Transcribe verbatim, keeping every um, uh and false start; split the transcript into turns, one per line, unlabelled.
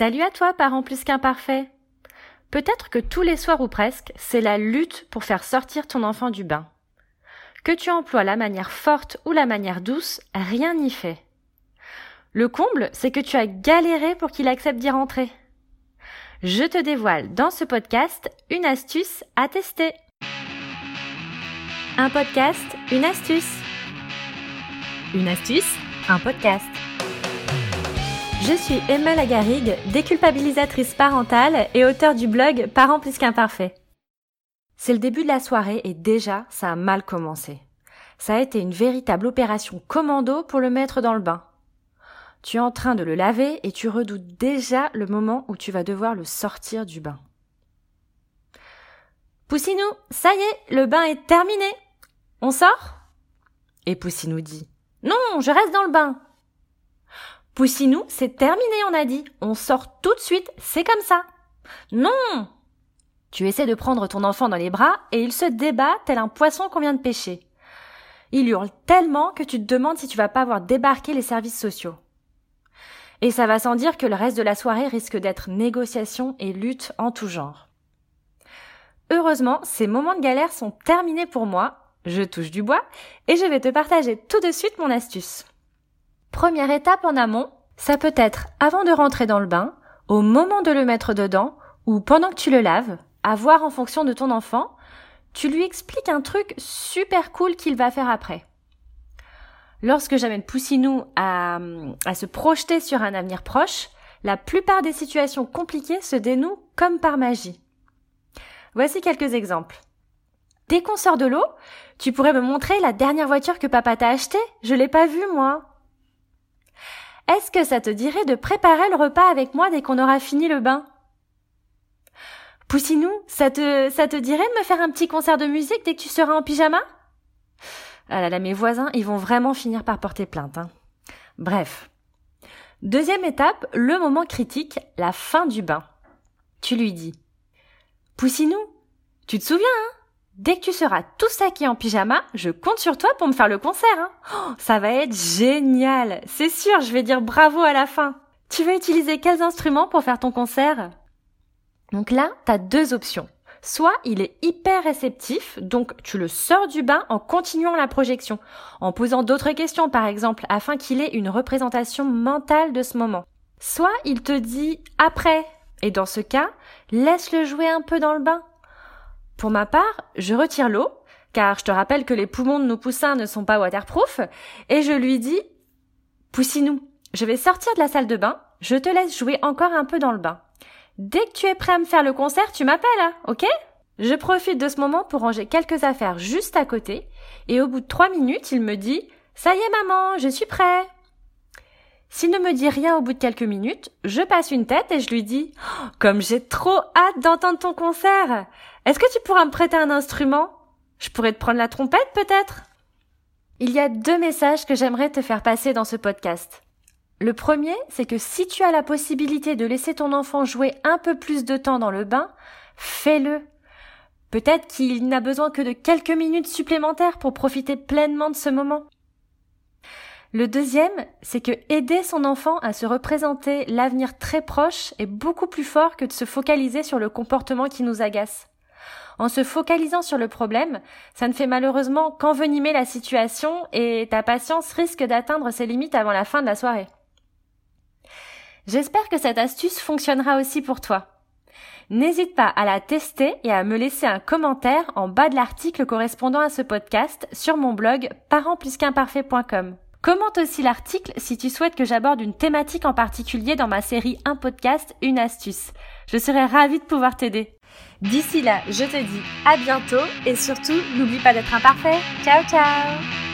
Salut à toi, parent plus qu'imparfait. Peut-être que tous les soirs ou presque, c'est la lutte pour faire sortir ton enfant du bain. Que tu emploies la manière forte ou la manière douce, rien n'y fait. Le comble, c'est que tu as galéré pour qu'il accepte d'y rentrer. Je te dévoile dans ce podcast une astuce à tester. Un podcast, une astuce.
Une astuce, un podcast.
Je suis Emma Lagarrigue, déculpabilisatrice parentale et auteure du blog Parents plus qu'imparfait. C'est le début de la soirée et déjà, ça a mal commencé. Ça a été une véritable opération commando pour le mettre dans le bain. Tu es en train de le laver et tu redoutes déjà le moment où tu vas devoir le sortir du bain. Poussinou, ça y est, le bain est terminé. On sort ? Et Poussinou dit « Non, je reste dans le bain !» Poussinou, c'est terminé, on a dit. On sort tout de suite, c'est comme ça. Non! Tu essaies de prendre ton enfant dans les bras et il se débat tel un poisson qu'on vient de pêcher. Il hurle tellement que tu te demandes si tu vas pas voir débarquer les services sociaux. Et ça va sans dire que le reste de la soirée risque d'être négociation et lutte en tout genre. Heureusement, ces moments de galère sont terminés pour moi, je touche du bois, et je vais te partager tout de suite mon astuce. Première étape en amont, ça peut être avant de rentrer dans le bain, au moment de le mettre dedans, ou pendant que tu le laves, à voir en fonction de ton enfant, tu lui expliques un truc super cool qu'il va faire après. Lorsque j'amène Poussinou à, à se projeter sur un avenir proche, la plupart des situations compliquées se dénouent comme par magie. Voici quelques exemples. Dès qu'on sort de l'eau, tu pourrais me montrer la dernière voiture que papa t'a achetée ? Je l'ai pas vue, moi. Est-ce que ça te dirait de préparer le repas avec moi dès qu'on aura fini le bain ? Poussinou, ça te, ça te dirait de me faire un petit concert de musique dès que tu seras en pyjama ? Ah là là, mes voisins, ils vont vraiment finir par porter plainte, hein. Bref. Deuxième étape, le moment critique, la fin du bain. Tu lui dis « Poussinou, tu te souviens, hein ? Dès que tu seras tout saqué en pyjama, je compte sur toi pour me faire le concert, hein. Oh, ça va être génial. C'est sûr, je vais dire bravo à la fin. Tu veux utiliser quels instruments pour faire ton concert ? Donc là, t'as deux options. Soit il est hyper réceptif, donc tu le sors du bain en continuant la projection, en posant d'autres questions par exemple, afin qu'il ait une représentation mentale de ce moment. Soit il te dit après, et dans ce cas, laisse-le jouer un peu dans le bain. Pour ma part, je retire l'eau, car je te rappelle que les poumons de nos poussins ne sont pas waterproof, et je lui dis « Poussinou, je vais sortir de la salle de bain, je te laisse jouer encore un peu dans le bain. Dès que tu es prêt à me faire le concert, tu m'appelles, hein, ok ?» Je profite de ce moment pour ranger quelques affaires juste à côté, et au bout de trois minutes, il me dit « Ça y est maman, je suis prêt !» S'il ne me dit rien au bout de quelques minutes, je passe une tête et je lui dis oh, « Comme j'ai trop hâte d'entendre ton concert, est-ce que tu pourras me prêter un instrument ? Je pourrais te prendre la trompette peut-être ?» Il y a deux messages que j'aimerais te faire passer dans ce podcast. Le premier, c'est que si tu as la possibilité de laisser ton enfant jouer un peu plus de temps dans le bain, fais-le. Peut-être qu'il n'a besoin que de quelques minutes supplémentaires pour profiter pleinement de ce moment. Le deuxième, c'est que aider son enfant à se représenter l'avenir très proche est beaucoup plus fort que de se focaliser sur le comportement qui nous agace. En se focalisant sur le problème, ça ne fait malheureusement qu'envenimer la situation et ta patience risque d'atteindre ses limites avant la fin de la soirée. J'espère que cette astuce fonctionnera aussi pour toi. N'hésite pas à la tester et à me laisser un commentaire en bas de l'article correspondant à ce podcast sur mon blog parents plus qu'imparfait point com. Commente aussi l'article si tu souhaites que j'aborde une thématique en particulier dans ma série Un podcast, une astuce. Je serai ravie de pouvoir t'aider. D'ici là, je te dis à bientôt et surtout, n'oublie pas d'être imparfait. Ciao, ciao!